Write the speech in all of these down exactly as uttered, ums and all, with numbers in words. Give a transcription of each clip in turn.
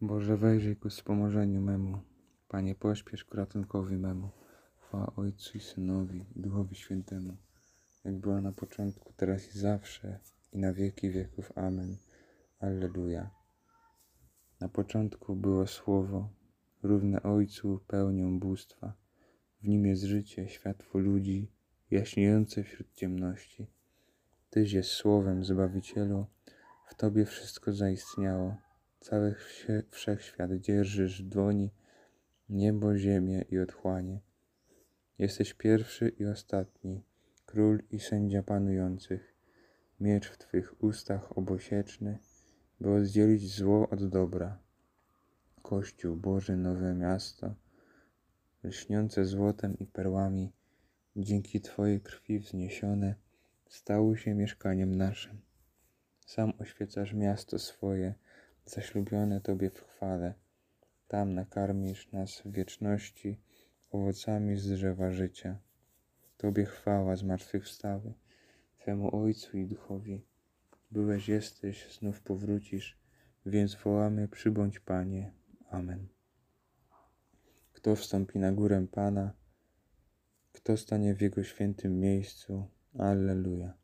Boże, wejrzyj ku wspomożeniu memu. Panie, pośpiesz ku ratunkowi memu. Chwała Ojcu i Synowi, i Duchowi Świętemu, jak była na początku, teraz i zawsze, i na wieki wieków. Amen. Alleluja. Na początku było Słowo, równe Ojcu pełnią bóstwa. W nim jest życie, światło ludzi, jaśniejące wśród ciemności. Tyś jest Słowem, Zbawicielu, w Tobie wszystko zaistniało. Cały wszechświat dzierżysz w dłoni, niebo, ziemię i otchłanie. Jesteś pierwszy i ostatni, król i sędzia panujących. Miecz w Twych ustach obosieczny, by oddzielić zło od dobra. Kościół Boży, nowe miasto, lśniące złotem i perłami, dzięki Twojej krwi wzniesione, stało się mieszkaniem naszym. Sam oświecasz miasto swoje, zaślubione Tobie w chwale. Tam nakarmisz nas w wieczności owocami z drzewa życia. Tobie chwała zmartwychwstały, Twemu Ojcu i Duchowi. Byłeś, jesteś, znów powrócisz, więc wołamy: przybądź, Panie. Amen. Kto wstąpi na górę Pana? Kto stanie w Jego świętym miejscu? Alleluja.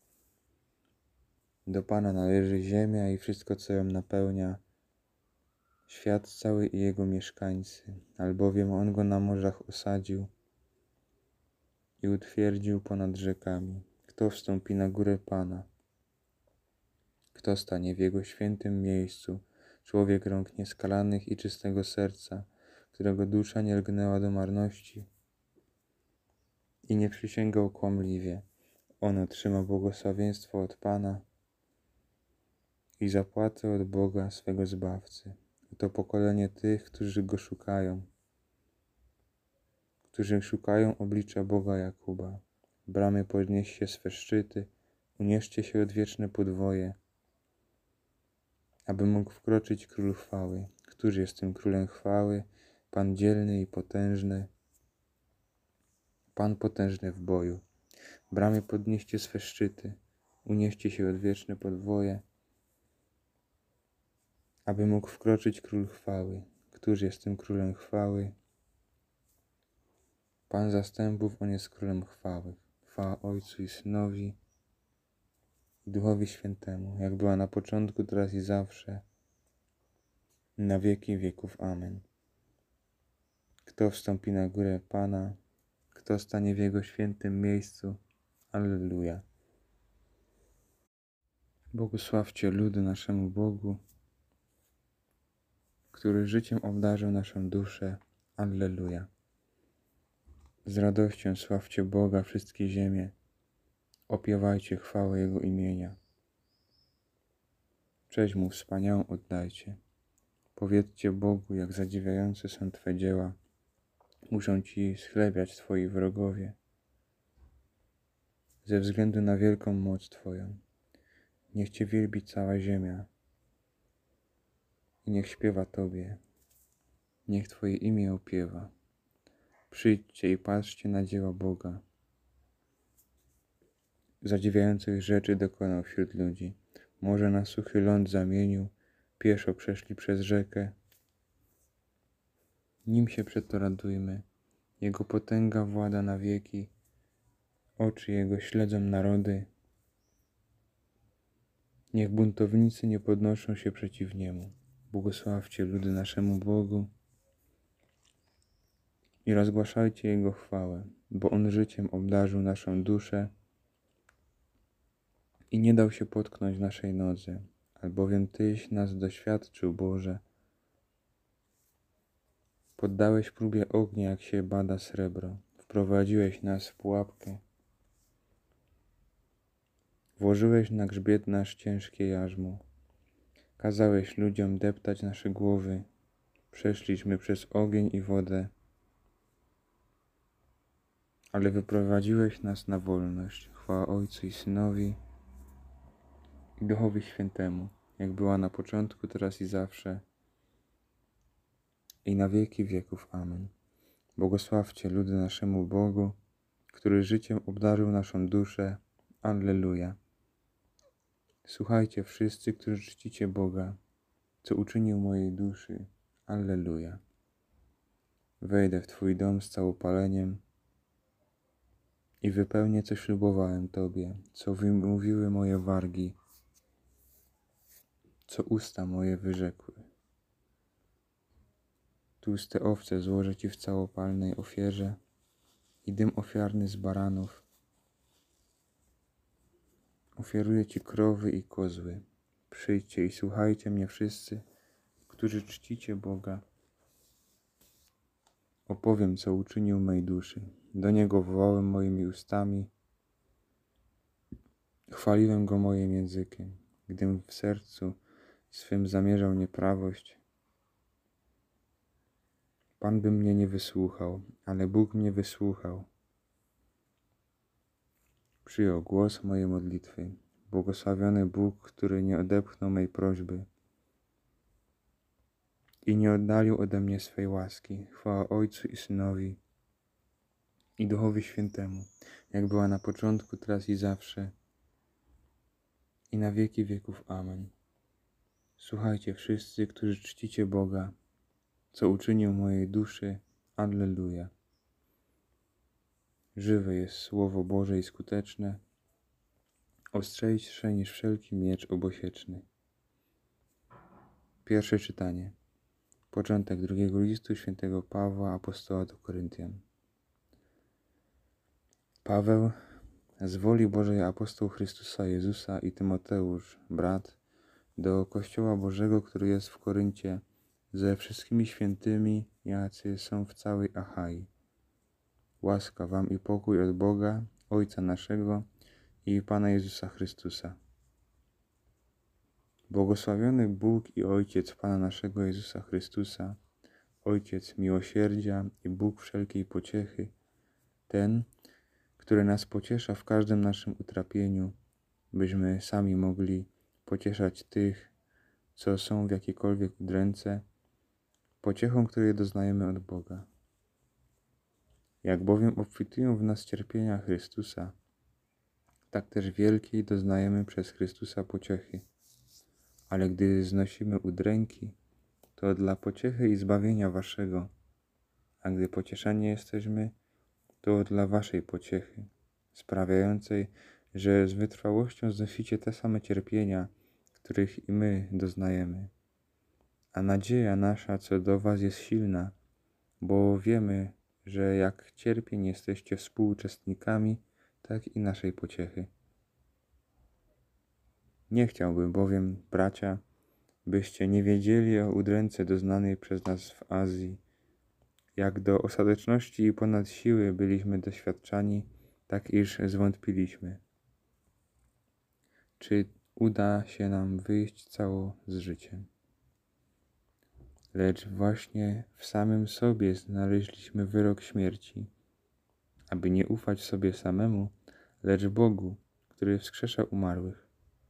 Do Pana należy ziemia i wszystko, co ją napełnia, świat cały i jego mieszkańcy, albowiem On go na morzach osadził i utwierdził ponad rzekami. Kto wstąpi na górę Pana? Kto stanie w Jego świętym miejscu? Człowiek rąk nieskalanych i czystego serca, którego dusza nie lgnęła do marności i nie przysięgał kłamliwie. On otrzyma błogosławieństwo od Pana i zapłatę od Boga swego Zbawcy. To pokolenie tych, którzy Go szukają, którzy szukają oblicza Boga Jakuba. Bramy, podnieście swe szczyty, unieszcie się odwieczne podwoje, aby mógł wkroczyć Król chwały. Któż jest tym Królem chwały? Pan dzielny i potężny, Pan potężny w boju. Bramy, podnieście swe szczyty, unieście się odwieczne podwoje, aby mógł wkroczyć Król chwały. Któż jest tym Królem chwały? Pan zastępów, On jest Królem chwały. Chwała Ojcu i Synowi, i Duchowi Świętemu, jak była na początku, teraz i zawsze, na wieki wieków. Amen. Kto wstąpi na górę Pana? Kto stanie w Jego świętym miejscu? Alleluja. Błogosławcie ludy naszemu Bogu, który życiem obdarzył naszą duszę. Alleluja. Z radością sławcie Boga wszystkie ziemie, opiewajcie chwałę Jego imienia. Cześć Mu wspaniałą oddajcie. Powiedzcie Bogu, jak zadziwiające są Twe dzieła. Muszą Ci schlebiać Twoi wrogowie ze względu na wielką moc Twoją. Niech Cię wielbi cała ziemia i niech śpiewa Tobie. Niech Twoje imię opiewa. Przyjdźcie i patrzcie na dzieła Boga. Zadziwiających rzeczy dokonał wśród ludzi. Morze na suchy ląd zamienił, pieszo przeszli przez rzekę. Nim się przeto radujmy, Jego potęga włada na wieki, oczy Jego śledzą narody. Niech buntownicy nie podnoszą się przeciw Niemu. Błogosławcie ludy naszemu Bogu i rozgłaszajcie Jego chwałę, bo On życiem obdarzył naszą duszę i nie dał się potknąć naszej nodze, albowiem Tyś nas doświadczył, Boże. Poddałeś próbie ognia, jak się bada srebro. Wprowadziłeś nas w pułapkę. Włożyłeś na grzbiet nasz ciężkie jarzmo. Kazałeś ludziom deptać nasze głowy. Przeszliśmy przez ogień i wodę, ale wyprowadziłeś nas na wolność. Chwała Ojcu i Synowi, i Duchowi Świętemu, jak była na początku, teraz i zawsze, i na wieki wieków. Amen. Błogosławcie ludy naszemu Bogu, który życiem obdarzył naszą duszę. Alleluja. Słuchajcie wszyscy, którzy czcicie Boga. co uczynił mojej duszy. Alleluja. Wejdę w Twój dom z całopaleniem i wypełnię, co ślubowałem Tobie, co wymówiły moje wargi, co usta moje wyrzekły. Tłuste owce złożę Ci w całopalnej ofierze i dym ofiarny z baranów. Ofiaruję Ci krowy i kozły. Przyjdźcie i słuchajcie mnie wszyscy, którzy czcicie Boga. Opowiem, co uczynił mej duszy. Do Niego wołałem moimi ustami. Chwaliłem Go moim językiem, gdym w sercu swym zamierzał nieprawość. Pan by mnie nie wysłuchał, ale Bóg mnie wysłuchał. Przyjął głos mojej modlitwy. Błogosławiony Bóg, który nie odepchnął mej prośby i nie oddalił ode mnie swej łaski. Chwała Ojcu i Synowi i Duchowi Świętemu, jak była na początku, teraz i zawsze, i na wieki wieków. Amen. Słuchajcie wszyscy, którzy czcicie Boga, co uczynił mojej duszy. Alleluja. Żywe jest Słowo Boże i skuteczne, ostrzejsze niż wszelki miecz obosieczny. Pierwsze czytanie. Początek drugiego listu świętego Pawła, apostoła do Koryntian. Paweł, z woli Bożej apostoł Chrystusa Jezusa, i Tymoteusz, brat, do Kościoła Bożego, który jest w Koryncie, ze wszystkimi świętymi, jacy są w całej Achai. Łaska wam i pokój od Boga, Ojca naszego i Pana Jezusa Chrystusa. Błogosławiony Bóg i Ojciec Pana naszego Jezusa Chrystusa, Ojciec miłosierdzia i Bóg wszelkiej pociechy, ten, który nas pociesza w każdym naszym utrapieniu, byśmy sami mogli pocieszać tych, co są w jakiejkolwiek udręce, pociechą, której doznajemy od Boga. Jak bowiem obfitują w nas cierpienia Chrystusa, tak też wielkiej doznajemy przez Chrystusa pociechy. Ale gdy znosimy udręki, to dla pociechy i zbawienia waszego, a gdy pocieszani jesteśmy, to dla waszej pociechy, sprawiającej, że z wytrwałością znosicie te same cierpienia, których i my doznajemy. A nadzieja nasza co do was jest silna, bo wiemy, że jak cierpień jesteście współuczestnikami, tak i naszej pociechy. Nie chciałbym bowiem, bracia, byście nie wiedzieli o udręce doznanej przez nas w Azji. Jak do ostateczności i ponad siły byliśmy doświadczani, tak iż zwątpiliśmy. Czy uda się nam wyjść cało z życiem? Lecz właśnie w samym sobie znaleźliśmy wyrok śmierci, aby nie ufać sobie samemu, lecz Bogu, który wskrzesza umarłych.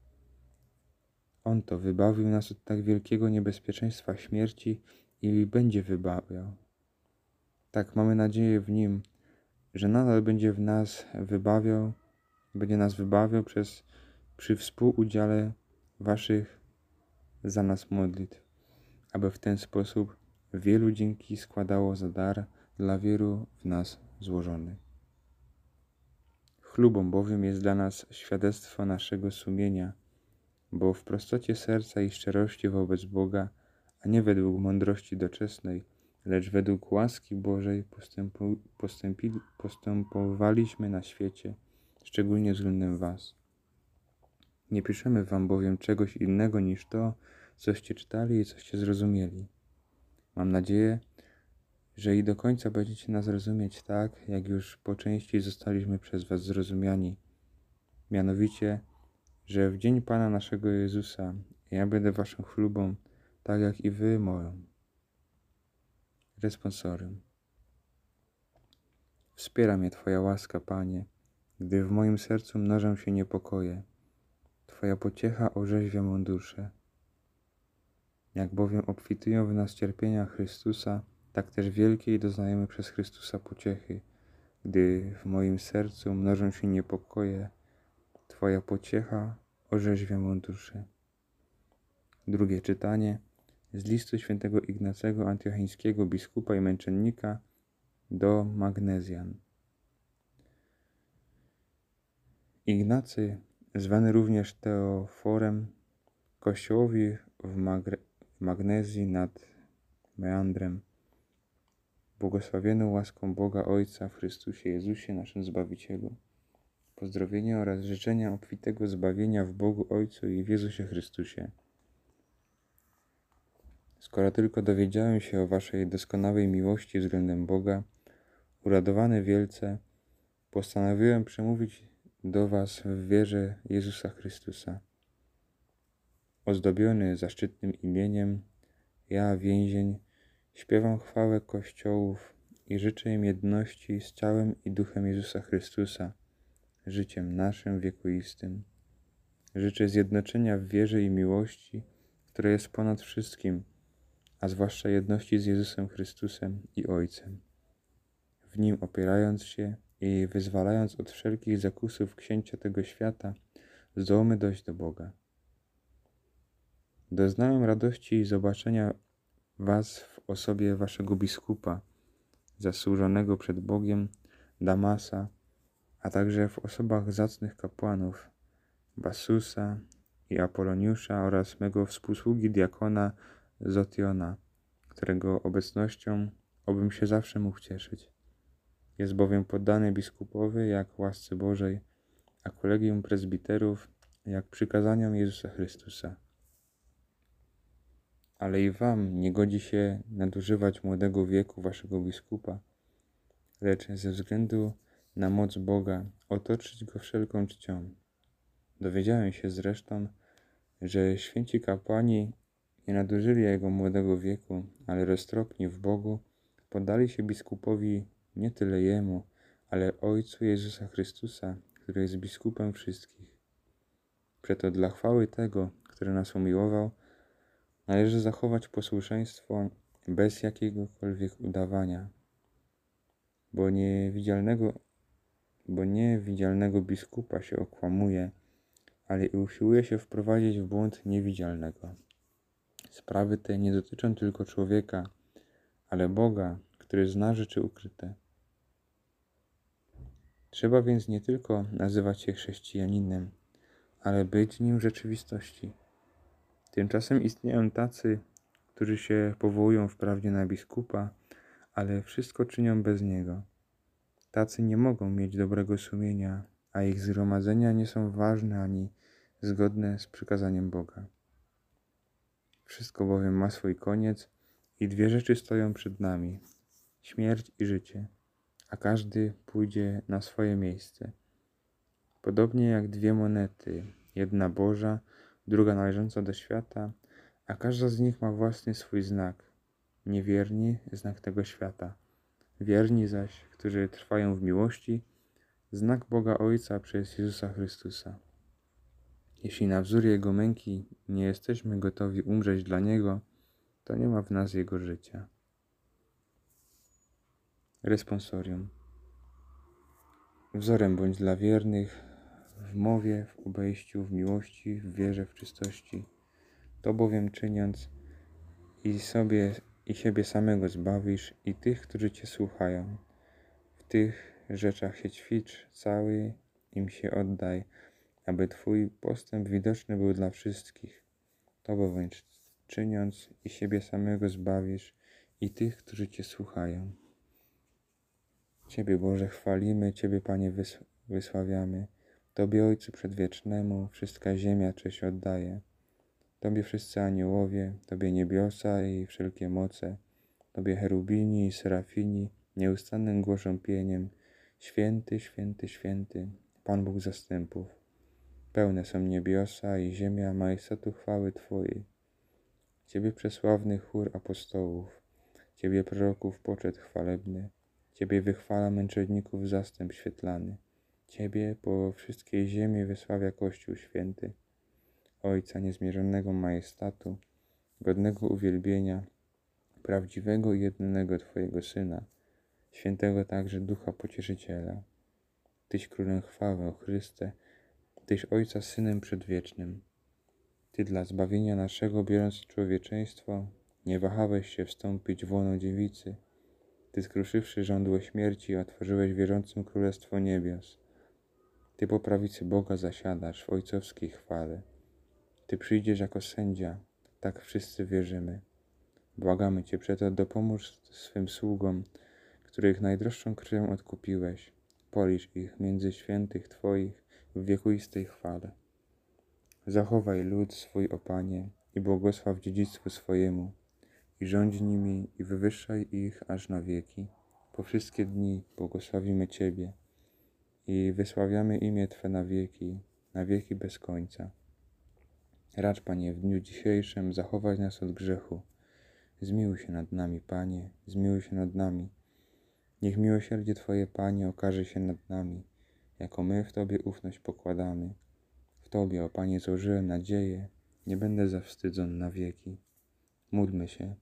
On to wybawił nas od tak wielkiego niebezpieczeństwa śmierci i będzie wybawiał. Tak mamy nadzieję w Nim, że nadal będzie w nas wybawiał, będzie nas wybawiał przez, przy współudziale waszych za nas modlitw, aby w ten sposób wielu dzięki składało za dar dla wielu w nas złożony. Chlubą bowiem jest dla nas świadectwo naszego sumienia, bo w prostocie serca i szczerości wobec Boga, a nie według mądrości doczesnej, lecz według łaski Bożej postępu, postępi, postępowaliśmy na świecie, szczególnie względem was. Nie piszemy wam bowiem czegoś innego niż to, coście czytali i coście zrozumieli. Mam nadzieję, że i do końca będziecie nas rozumieć tak, jak już po części zostaliśmy przez was zrozumiani. Mianowicie, że w dzień Pana naszego Jezusa ja będę waszą chlubą, tak jak i wy moją. Responsorium. Wspiera mnie Twoja łaska, Panie, gdy w moim sercu mnożą się niepokoje. Twoja pociecha orzeźwia mą duszę. Jak bowiem obfitują w nas cierpienia Chrystusa, tak też wielkiej doznajemy przez Chrystusa pociechy. Gdy w moim sercu mnożą się niepokoje, Twoja pociecha orzeźwia mą duszę. Drugie czytanie. z listu świętego Ignacego Antiochińskiego, biskupa i męczennika do Magnezjan. Ignacy, zwany również Teoforem, kościołowi w, Magre w Magnezji nad Meandrem, błogosławioną łaską Boga Ojca w Chrystusie Jezusie, naszym Zbawicielu, pozdrowienia oraz życzenia obfitego zbawienia w Bogu Ojcu i w Jezusie Chrystusie. Skoro tylko dowiedziałem się o waszej doskonałej miłości względem Boga, uradowany wielce, postanowiłem przemówić do was w wierze Jezusa Chrystusa. Ozdobiony zaszczytnym imieniem, ja, więzień, śpiewam chwałę Kościołów i życzę im jedności z ciałem i duchem Jezusa Chrystusa, życiem naszym wiekuistym. Życzę zjednoczenia w wierze i miłości, która jest ponad wszystkim, a zwłaszcza jedności z Jezusem Chrystusem i Ojcem. W Nim opierając się i wyzwalając od wszelkich zakusów księcia tego świata, zdołamy dojść do Boga. Doznałem radości zobaczenia was w osobie waszego biskupa, zasłużonego przed Bogiem, Damasa, a także w osobach zacnych kapłanów, Basusa i Apoloniusza oraz mego współsługi diakona Zotiona, którego obecnością obym się zawsze mógł cieszyć. Jest bowiem poddany biskupowi jak łasce Bożej, a kolegium prezbiterów jak przykazaniom Jezusa Chrystusa. Ale i wam nie godzi się nadużywać młodego wieku waszego biskupa, lecz ze względu na moc Boga otoczyć go wszelką czcią. Dowiedziałem się zresztą, że święci kapłani nie nadużyli jego młodego wieku, ale roztropni w Bogu poddali się biskupowi nie tyle jemu, ale Ojcu Jezusa Chrystusa, który jest biskupem wszystkich. Przeto dla chwały tego, który nas umiłował, należy zachować posłuszeństwo bez jakiegokolwiek udawania, bo niewidzialnego, bo niewidzialnego biskupa się okłamuje, ale i usiłuje się wprowadzić w błąd niewidzialnego. Sprawy te nie dotyczą tylko człowieka, ale Boga, który zna rzeczy ukryte. Trzeba więc nie tylko nazywać się chrześcijaninem, ale być nim w rzeczywistości. Tymczasem istnieją tacy, którzy się powołują wprawdzie na biskupa, ale wszystko czynią bez niego. Tacy nie mogą mieć dobrego sumienia, a ich zgromadzenia nie są ważne ani zgodne z przykazaniem Boga. Wszystko bowiem ma swój koniec i dwie rzeczy stoją przed nami: śmierć i życie, a każdy pójdzie na swoje miejsce. Podobnie jak dwie monety, jedna Boża, druga należąca do świata, a każda z nich ma własny swój znak. Niewierni znak tego świata, wierni zaś, którzy trwają w miłości, znak Boga Ojca przez Jezusa Chrystusa. Jeśli na wzór Jego męki nie jesteśmy gotowi umrzeć dla Niego, to nie ma w nas Jego życia. Responsorium. Wzorem bądź dla wiernych w mowie, w obejściu, w miłości, w wierze, w czystości. To bowiem czyniąc i sobie i siebie samego zbawisz i tych, którzy Cię słuchają. W tych rzeczach się ćwicz, cały im się oddaj, aby Twój postęp widoczny był dla wszystkich. To bowiem czyniąc i siebie samego zbawisz i tych, którzy Cię słuchają. Ciebie, Boże, chwalimy, Ciebie, Panie, wys wysławiamy. Tobie, Ojcu Przedwiecznemu, wszystka ziemia cześć oddaje. Tobie wszyscy aniołowie, Tobie niebiosa i wszelkie moce, Tobie cherubini i serafini nieustannym głoszą pieniem: Święty, święty, święty, Pan Bóg zastępów. Pełne są niebiosa i ziemia majestatu chwały Twojej. Ciebie przesławny chór apostołów, Ciebie proroków poczet chwalebny, Ciebie wychwala męczenników zastęp świetlany, Ciebie po wszystkiej ziemi wysławia Kościół święty, Ojca niezmierzonego majestatu, godnego uwielbienia, prawdziwego i jedynego Twojego Syna, świętego także Ducha Pocieszyciela. Tyś Królem chwały, o Chryste, Tyś Ojca Synem przedwiecznym. Ty dla zbawienia naszego, biorąc człowieczeństwo, Nie wahałeś się wstąpić w łono dziewicy. Ty, skruszywszy żądło śmierci, otworzyłeś wierzącym królestwo niebios. Ty po prawicy Boga zasiadasz w ojcowskiej chwale. Ty przyjdziesz jako sędzia, tak wszyscy wierzymy. Błagamy Cię przeto, dopomóż swym sługom, których najdroższą krwią odkupiłeś. Policz ich między świętych Twoich w wiekuistej chwale. Zachowaj lud swój, o Panie, i błogosław dziedzictwu swojemu, i rządź nimi, i wywyższaj ich aż na wieki. Po wszystkie dni błogosławimy Ciebie i wysławiamy imię Twe na wieki, na wieki bez końca. Racz, Panie, w dniu dzisiejszym zachować nas od grzechu. Zmiłuj się nad nami, Panie, zmiłuj się nad nami. Niech miłosierdzie Twoje, Panie, okaże się nad nami, jako my w Tobie ufność pokładamy. W Tobie, o Panie, złożyłem nadzieję, nie będę zawstydzony na wieki. Módlmy się.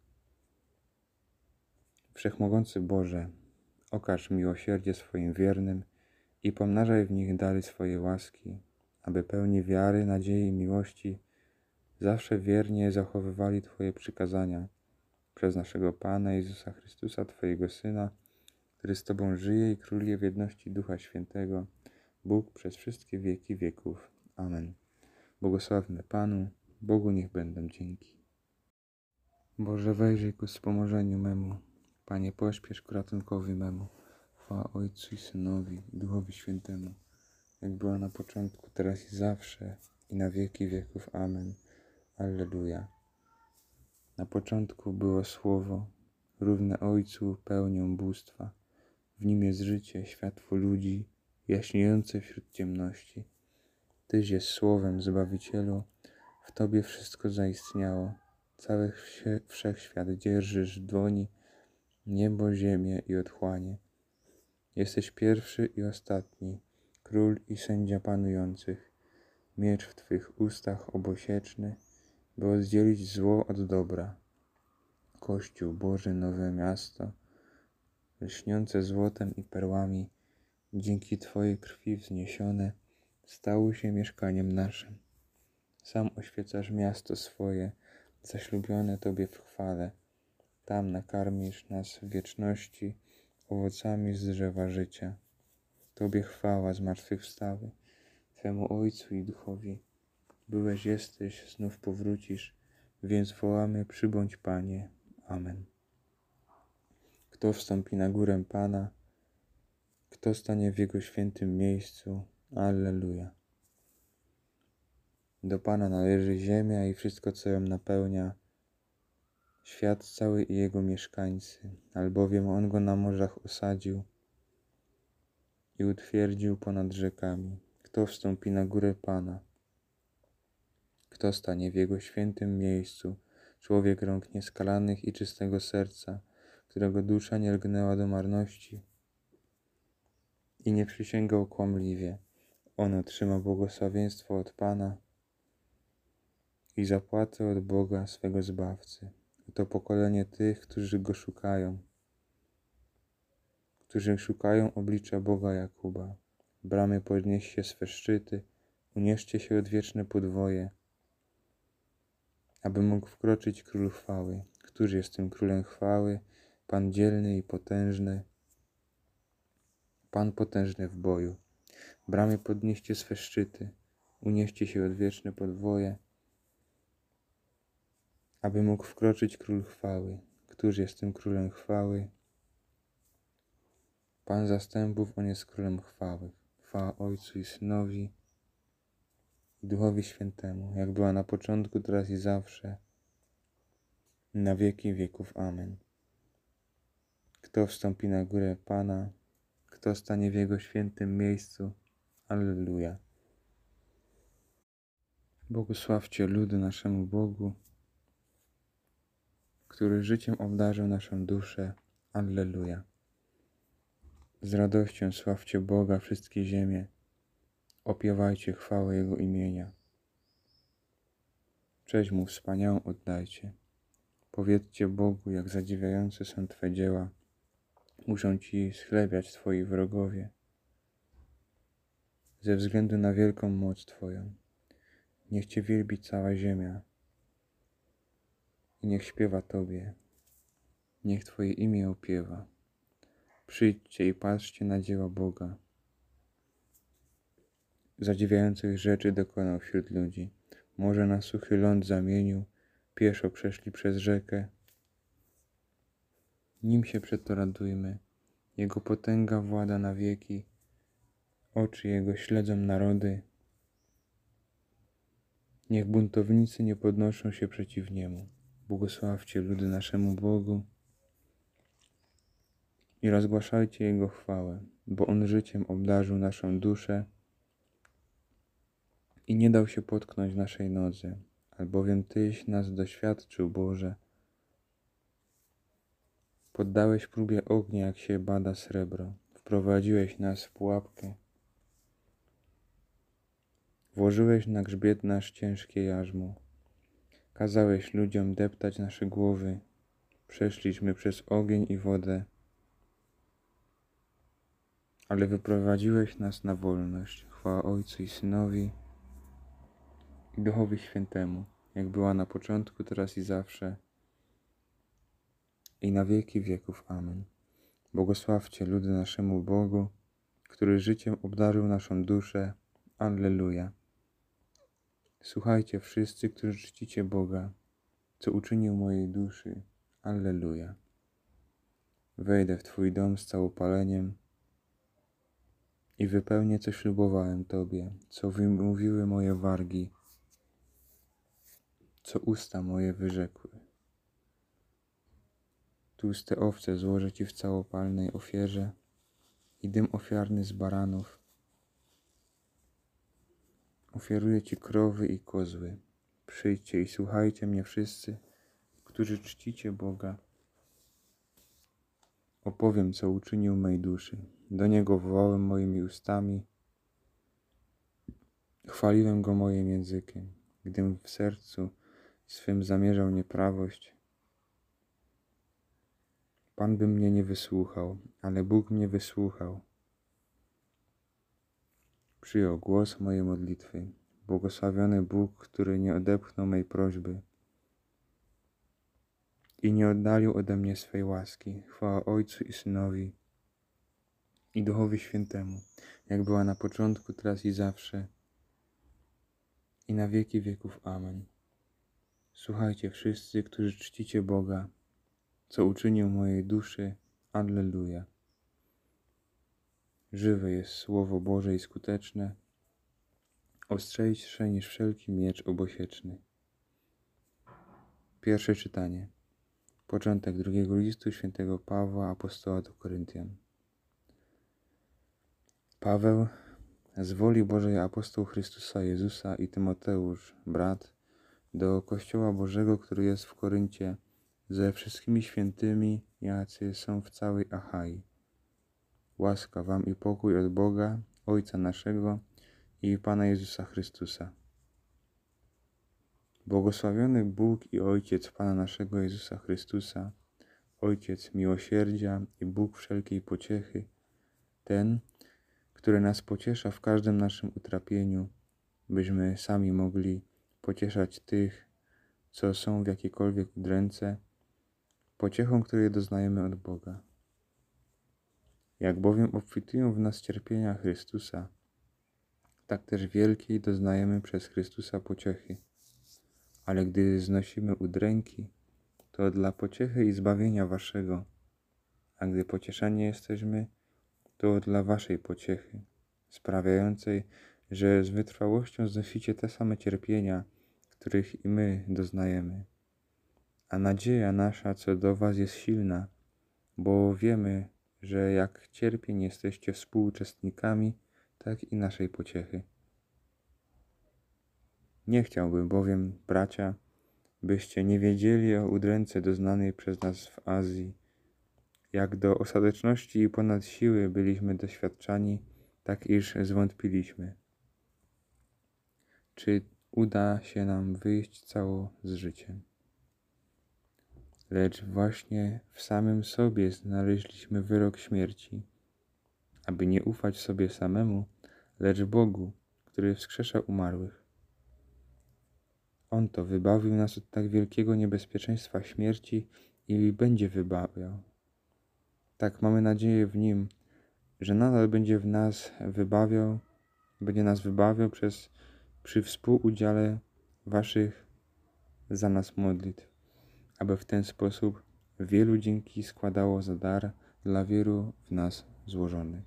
Wszechmogący Boże, okaż miłosierdzie swoim wiernym i pomnażaj w nich dary swojej łaski, aby pełni wiary, nadziei i miłości zawsze wiernie zachowywali Twoje przykazania przez naszego Pana Jezusa Chrystusa, Twojego Syna, który z Tobą żyje i króluje w jedności Ducha Świętego, Bóg przez wszystkie wieki wieków. Amen. Błogosławmy Panu, Bogu niech będą dzięki. Boże, wejrzyj ku wspomożeniu memu. Panie, pośpiesz ku ratunkowi memu. Chwała Ojcu i Synowi, i Duchowi Świętemu, jak była na początku, teraz i zawsze, i na wieki wieków. Amen. Alleluja. Na początku było Słowo, równe Ojcu pełnią bóstwa. W nim jest życie, światło ludzi, jaśniejące wśród ciemności. Tyś jest Słowem, Zbawicielu, w Tobie wszystko zaistniało. Cały wszechświat dzierżysz w dłoni, niebo, ziemię i otchłanie. Jesteś pierwszy i ostatni, król i sędzia panujących. Miecz w Twych ustach obosieczny, by oddzielić zło od dobra. Kościół Boży, nowe miasto, lśniące złotem i perłami, dzięki Twojej krwi wzniesione, stało się mieszkaniem naszym. Sam oświecasz miasto swoje, zaślubione Tobie w chwale. Tam nakarmisz nas w wieczności owocami z drzewa życia. Tobie chwała zmartwychwstały, Twemu Ojcu i Duchowi. Byłeś, jesteś, znów powrócisz, więc wołamy, przybądź, Panie. Amen. Kto wstąpi na górę Pana? Kto stanie w Jego świętym miejscu? Alleluja. Do Pana należy ziemia i wszystko, co ją napełnia, świat cały i jego mieszkańcy, albowiem On go na morzach osadził i utwierdził ponad rzekami. Kto wstąpi na górę Pana? Kto stanie w Jego świętym miejscu? Człowiek rąk nieskalanych i czystego serca, którego dusza nie lgnęła do marności i nie przysięgał kłamliwie. On otrzyma błogosławieństwo od Pana i zapłatę od Boga swego Zbawcy. To pokolenie tych, którzy Go szukają, którzy szukają oblicza Boga Jakuba. Bramy, podnieście swe szczyty, unieszcie się odwieczne podwoje, aby mógł wkroczyć Król chwały. Któż jest tym Królem chwały? Pan dzielny i potężny, Pan potężny w boju. Bramy, podnieście swe szczyty, unieście się odwieczne podwoje, aby mógł wkroczyć Król chwały. Któż jest tym Królem chwały? Pan zastępów, On jest Królem chwały. Chwała Ojcu i Synowi, i Duchowi Świętemu, jak była na początku, teraz i zawsze, na wieki wieków. Amen. Kto wstąpi na górę Pana? Kto stanie w Jego świętym miejscu? Alleluja. Błogosławcie ludy naszemu Bogu, który życiem obdarzył naszą duszę. Alleluja. Z radością sławcie Boga wszystkie ziemie, opiewajcie chwałę Jego imienia. Cześć Mu wspaniałą oddajcie. Powiedzcie Bogu, jak zadziwiające są Twe dzieła. Muszą Ci schlebiać Twoi wrogowie ze względu na wielką moc Twoją. Niech Cię wielbi cała ziemia i niech śpiewa Tobie, niech Twoje imię opiewa. Przyjdźcie i patrzcie na dzieła Boga. Zadziwiających rzeczy dokonał wśród ludzi. Morze na suchy ląd zamienił, pieszo przeszli przez rzekę. Nim się przeto radujmy, Jego potęga włada na wieki, oczy Jego śledzą narody. Niech buntownicy nie podnoszą się przeciw Niemu. Błogosławcie ludy naszemu Bogu i rozgłaszajcie Jego chwałę, bo On życiem obdarzył naszą duszę i nie dał się potknąć naszej nodze, albowiem Tyś nas doświadczył, Boże. Poddałeś próbie ognia, jak się bada srebro. Wprowadziłeś nas w pułapkę. Włożyłeś na grzbiet nasz ciężkie jarzmo. Kazałeś ludziom deptać nasze głowy. Przeszliśmy przez ogień i wodę, ale wyprowadziłeś nas na wolność. Chwała Ojcu i Synowi i Duchowi Świętemu, jak była na początku, teraz i zawsze, i na wieki wieków. Amen. Błogosławcie ludy naszemu Bogu, który życiem obdarzył naszą duszę. Alleluja. Słuchajcie wszyscy, którzy czcicie Boga, co uczynił mojej duszy. Alleluja. Wejdę w Twój dom z całopaleniem i wypełnię, co ślubowałem Tobie, co wymówiły moje wargi, co usta moje wyrzekły. Tłuste owce złożę Ci w całopalnej ofierze i dym ofiarny z baranów. Ofiaruję Ci krowy i kozły. Przyjdźcie i słuchajcie mnie wszyscy, którzy czcicie Boga. Opowiem, co uczynił mej duszy. Do Niego wołałem moimi ustami. Chwaliłem Go moim językiem, gdym w sercu swym zamierzał nieprawość. Pan by mnie nie wysłuchał, ale Bóg mnie wysłuchał. Przyjął głos mojej modlitwy. Błogosławiony Bóg, który nie odepchnął mej prośby i nie oddalił ode mnie swej łaski. Chwała Ojcu i Synowi i Duchowi Świętemu, jak była na początku, teraz i zawsze, i na wieki wieków. Amen. Słuchajcie wszyscy, którzy czcicie Boga, co uczynił mojej duszy. Alleluja. Żywe jest Słowo Boże i skuteczne, ostrzejsze niż wszelki miecz obosieczny. Pierwsze czytanie. Początek drugiego listu świętego Pawła, apostoła do Koryntian. Paweł, z woli Bożej apostoł Chrystusa Jezusa, i Tymoteusz, brat, do Kościoła Bożego, który jest w Koryncie, ze wszystkimi świętymi, jacy są w całej Achai. Łaska wam i pokój od Boga, Ojca naszego i Pana Jezusa Chrystusa. Błogosławiony Bóg i Ojciec Pana naszego Jezusa Chrystusa, Ojciec miłosierdzia i Bóg wszelkiej pociechy, ten, który nas pociesza w każdym naszym utrapieniu, byśmy sami mogli pocieszać tych, co są w jakiejkolwiek udręce, pociechą, której doznajemy od Boga. Jak bowiem obfitują w nas cierpienia Chrystusa, tak też wielkiej doznajemy przez Chrystusa pociechy. Ale gdy znosimy udręki, to dla pociechy i zbawienia waszego, a gdy pocieszani jesteśmy, to dla waszej pociechy, sprawiającej, że z wytrwałością znosicie te same cierpienia, których i my doznajemy. A nadzieja nasza co do was jest silna, bo wiemy, że jak cierpień jesteście współuczestnikami, tak i naszej pociechy. Nie chciałbym bowiem, bracia, byście nie wiedzieli o udręce doznanej przez nas w Azji. Jak do ostateczności i ponad siły byliśmy doświadczani, tak iż zwątpiliśmy. Czy uda się nam wyjść cało z życiem? Lecz właśnie w samym sobie znaleźliśmy wyrok śmierci, aby nie ufać sobie samemu, lecz Bogu, który wskrzesza umarłych. On to wybawił nas od tak wielkiego niebezpieczeństwa śmierci i będzie wybawiał. Tak mamy nadzieję w Nim, że nadal będzie w nas wybawiał, będzie nas wybawiał przez, przy współudziale Waszych za nas modlitw, aby w ten sposób wielu dzięki składało za dar dla wielu w nas złożony.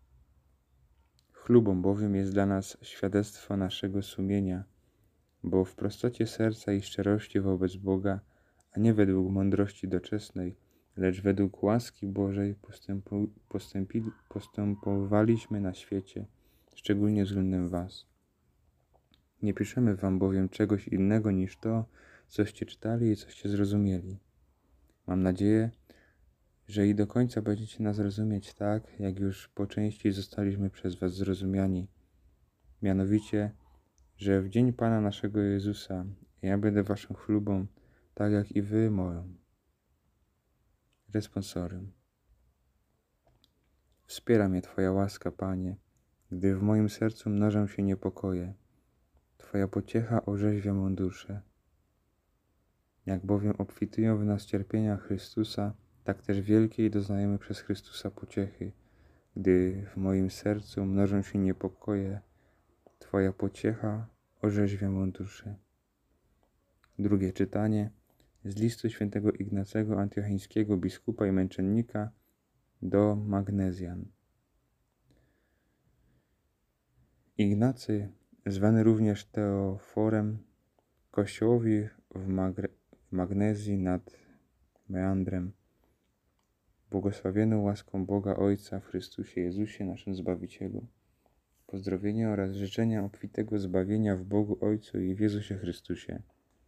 Chlubą bowiem jest dla nas świadectwo naszego sumienia, bo w prostocie serca i szczerości wobec Boga, a nie według mądrości doczesnej, lecz według łaski Bożej postępu, postępi, postępowaliśmy na świecie, szczególnie względem Was. Nie piszemy Wam bowiem czegoś innego niż to, coście czytali i coście zrozumieli. Mam nadzieję, że i do końca będziecie nas rozumieć tak, jak już po części zostaliśmy przez Was zrozumiani. Mianowicie, że w dzień Pana naszego Jezusa ja będę Waszą chlubą, tak jak i Wy moją. Responsorium. Wspiera mnie Twoja łaska, Panie, gdy w moim sercu mnożą się niepokoje. Twoja pociecha orzeźwia mą duszę. Jak bowiem obfitują w nas cierpienia Chrystusa, tak też wielkiej doznajemy przez Chrystusa pociechy. Gdy w moim sercu mnożą się niepokoje, Twoja pociecha orzeźwia mą duszę. Drugie czytanie z listu świętego Ignacego Antiochińskiego, biskupa i męczennika do Magnezjan. Ignacy, zwany również Teoforem, kościołowi w, Magre- w Magnezji nad Meandrem, błogosławioną łaską Boga Ojca w Chrystusie Jezusie, naszym Zbawicielu. Pozdrowienia oraz życzenia obfitego zbawienia w Bogu Ojcu i w Jezusie Chrystusie.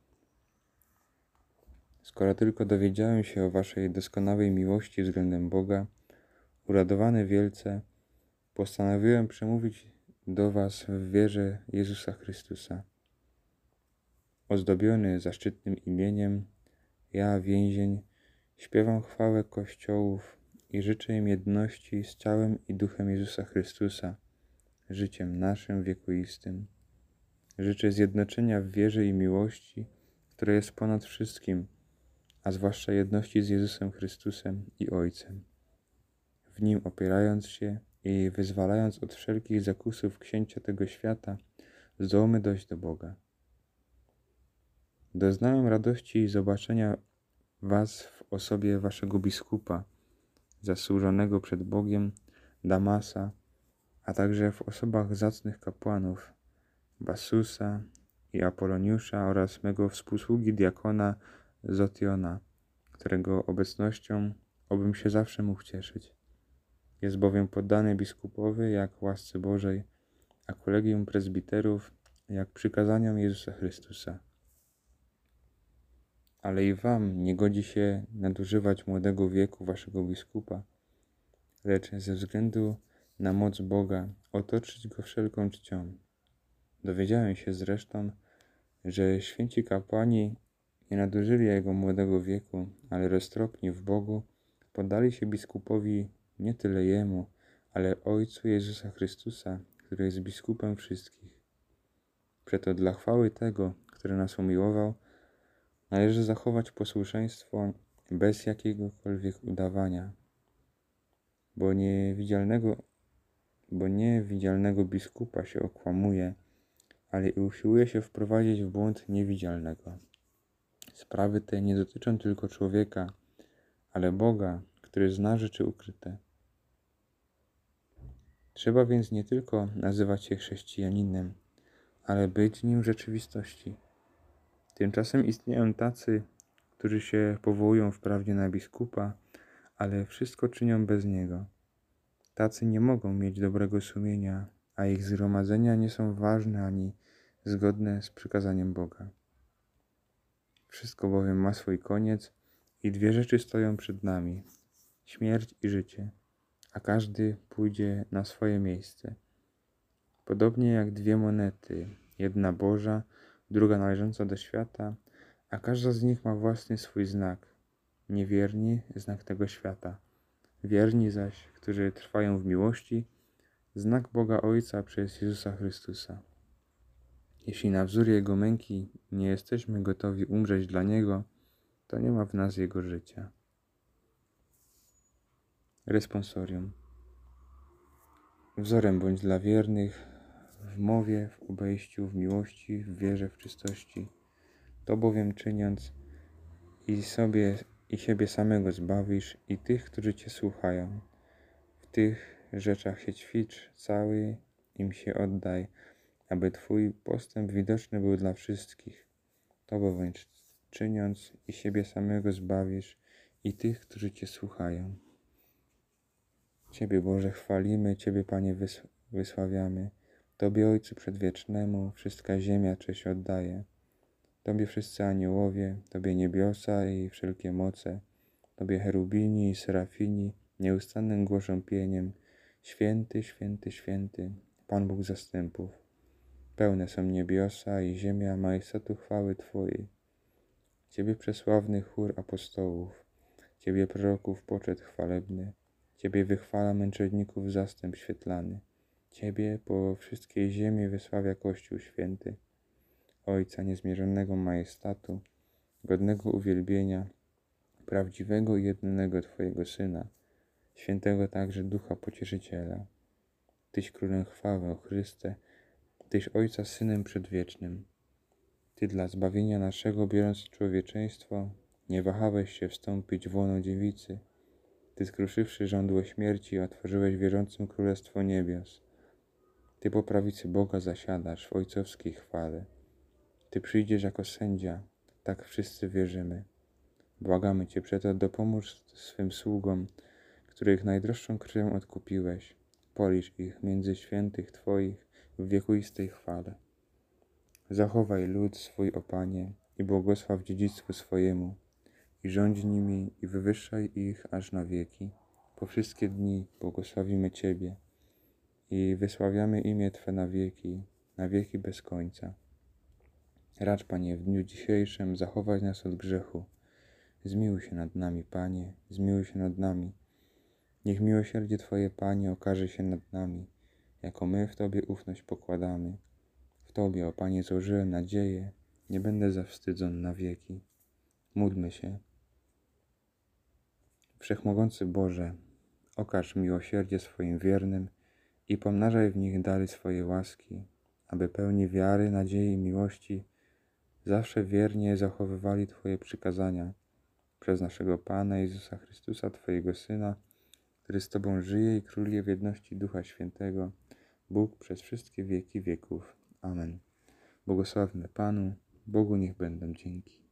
Skoro tylko dowiedziałem się o Waszej doskonałej miłości względem Boga, uradowany wielce, postanowiłem przemówić do Was w wierze Jezusa Chrystusa. Ozdobiony zaszczytnym imieniem, ja, więzień, śpiewam chwałę Kościołów i życzę im jedności z ciałem i duchem Jezusa Chrystusa, życiem naszym wiekuistym. Życzę zjednoczenia w wierze i miłości, które jest ponad wszystkim, a zwłaszcza jedności z Jezusem Chrystusem i Ojcem. W Nim opierając się i wyzwalając od wszelkich zakusów księcia tego świata, zdołamy dojść do Boga. Doznałem radości zobaczenia Was w osobie Waszego biskupa, zasłużonego przed Bogiem, Damasa, a także w osobach zacnych kapłanów, Basusa i Apoloniusza oraz mego współsługi diakona Zotiona, którego obecnością obym się zawsze mógł cieszyć. Jest bowiem poddany biskupowi jak łasce Bożej, a kolegium prezbiterów jak przykazaniom Jezusa Chrystusa. Ale i Wam nie godzi się nadużywać młodego wieku Waszego biskupa, lecz ze względu na moc Boga otoczyć go wszelką czcią. Dowiedziałem się zresztą, że święci kapłani nie nadużyli jego młodego wieku, ale roztropni w Bogu poddali się biskupowi nie tyle jemu, ale Ojcu Jezusa Chrystusa, który jest biskupem wszystkich. Przeto dla chwały tego, który nas umiłował, należy zachować posłuszeństwo bez jakiegokolwiek udawania, bo niewidzialnego, bo niewidzialnego biskupa się okłamuje, ale i usiłuje się wprowadzić w błąd niewidzialnego. Sprawy te nie dotyczą tylko człowieka, ale Boga, który zna rzeczy ukryte. Trzeba więc nie tylko nazywać się chrześcijaninem, ale być nim w rzeczywistości. Tymczasem istnieją tacy, którzy się powołują wprawdzie na biskupa, ale wszystko czynią bez niego. Tacy nie mogą mieć dobrego sumienia, a ich zgromadzenia nie są ważne ani zgodne z przykazaniem Boga. Wszystko bowiem ma swój koniec i dwie rzeczy stoją przed nami: śmierć i życie, a każdy pójdzie na swoje miejsce. Podobnie jak dwie monety, jedna Boża, druga należąca do świata, a każda z nich ma własny swój znak. Niewierni znak tego świata, wierni zaś, którzy trwają w miłości, znak Boga Ojca przez Jezusa Chrystusa. Jeśli na wzór Jego męki nie jesteśmy gotowi umrzeć dla Niego, to nie ma w nas Jego życia. Responsorium. Wzorem bądź dla wiernych w mowie, w obejściu, w miłości, w wierze, w czystości. To bowiem czyniąc i sobie i siebie samego zbawisz i tych, którzy Cię słuchają. W tych rzeczach się ćwicz, cały im się oddaj, aby Twój postęp widoczny był dla wszystkich. To bowiem czyniąc i siebie samego zbawisz i tych, którzy Cię słuchają. Ciebie, Boże, chwalimy, Ciebie, Panie, wys- wysławiamy. Tobie, Ojcu Przedwiecznemu, wszystka ziemia cześć oddaje. Tobie wszyscy aniołowie, Tobie niebiosa i wszelkie moce, Tobie cherubini i serafini nieustannym głoszą pieniem: Święty, święty, święty, Pan Bóg zastępów. Pełne są niebiosa i ziemia majestatu chwały Twojej. Ciebie przesławny chór apostołów, Ciebie proroków poczet chwalebny, Ciebie wychwala męczenników zastęp świetlany, Ciebie po wszystkiej ziemi wysławia Kościół święty, Ojca niezmierzonego majestatu, godnego uwielbienia, prawdziwego i jedynego Twojego Syna, świętego także Ducha Pocieszyciela. Tyś Królem chwały, o Chryste, Tyś Ojca Synem Przedwiecznym. Ty dla zbawienia naszego, biorąc człowieczeństwo, nie wahałeś się wstąpić w łono dziewicy. Ty, skruszywszy żądło śmierci, otworzyłeś wierzącym Królestwo Niebios. Ty po prawicy Boga zasiadasz w ojcowskiej chwale. Ty przyjdziesz jako sędzia, tak wszyscy wierzymy. Błagamy Cię przeto, dopomóż swym sługom, których najdroższą krwią odkupiłeś. Policz ich między świętych Twoich w wiekuistej chwale. Zachowaj lud swój, o Panie, i błogosław dziedzictwu swojemu, i rządź nimi, i wywyższaj ich aż na wieki. Po wszystkie dni błogosławimy Ciebie i wysławiamy imię Twe na wieki, na wieki bez końca. Racz, Panie, w dniu dzisiejszym zachować nas od grzechu. Zmiłuj się nad nami, Panie, zmiłuj się nad nami. Niech miłosierdzie Twoje, Panie, okaże się nad nami, jako my w Tobie ufność pokładamy. W Tobie, o Panie, złożyłem nadzieję, nie będę zawstydzony na wieki. Módlmy się. Wszechmogący Boże, okaż miłosierdzie swoim wiernym i pomnażaj w nich dary swojej łaski, aby pełni wiary, nadziei i miłości zawsze wiernie zachowywali Twoje przykazania przez naszego Pana Jezusa Chrystusa, Twojego Syna, który z Tobą żyje i króluje w jedności Ducha Świętego, Bóg przez wszystkie wieki wieków. Amen. Błogosławmy Panu, Bogu niech będą dzięki.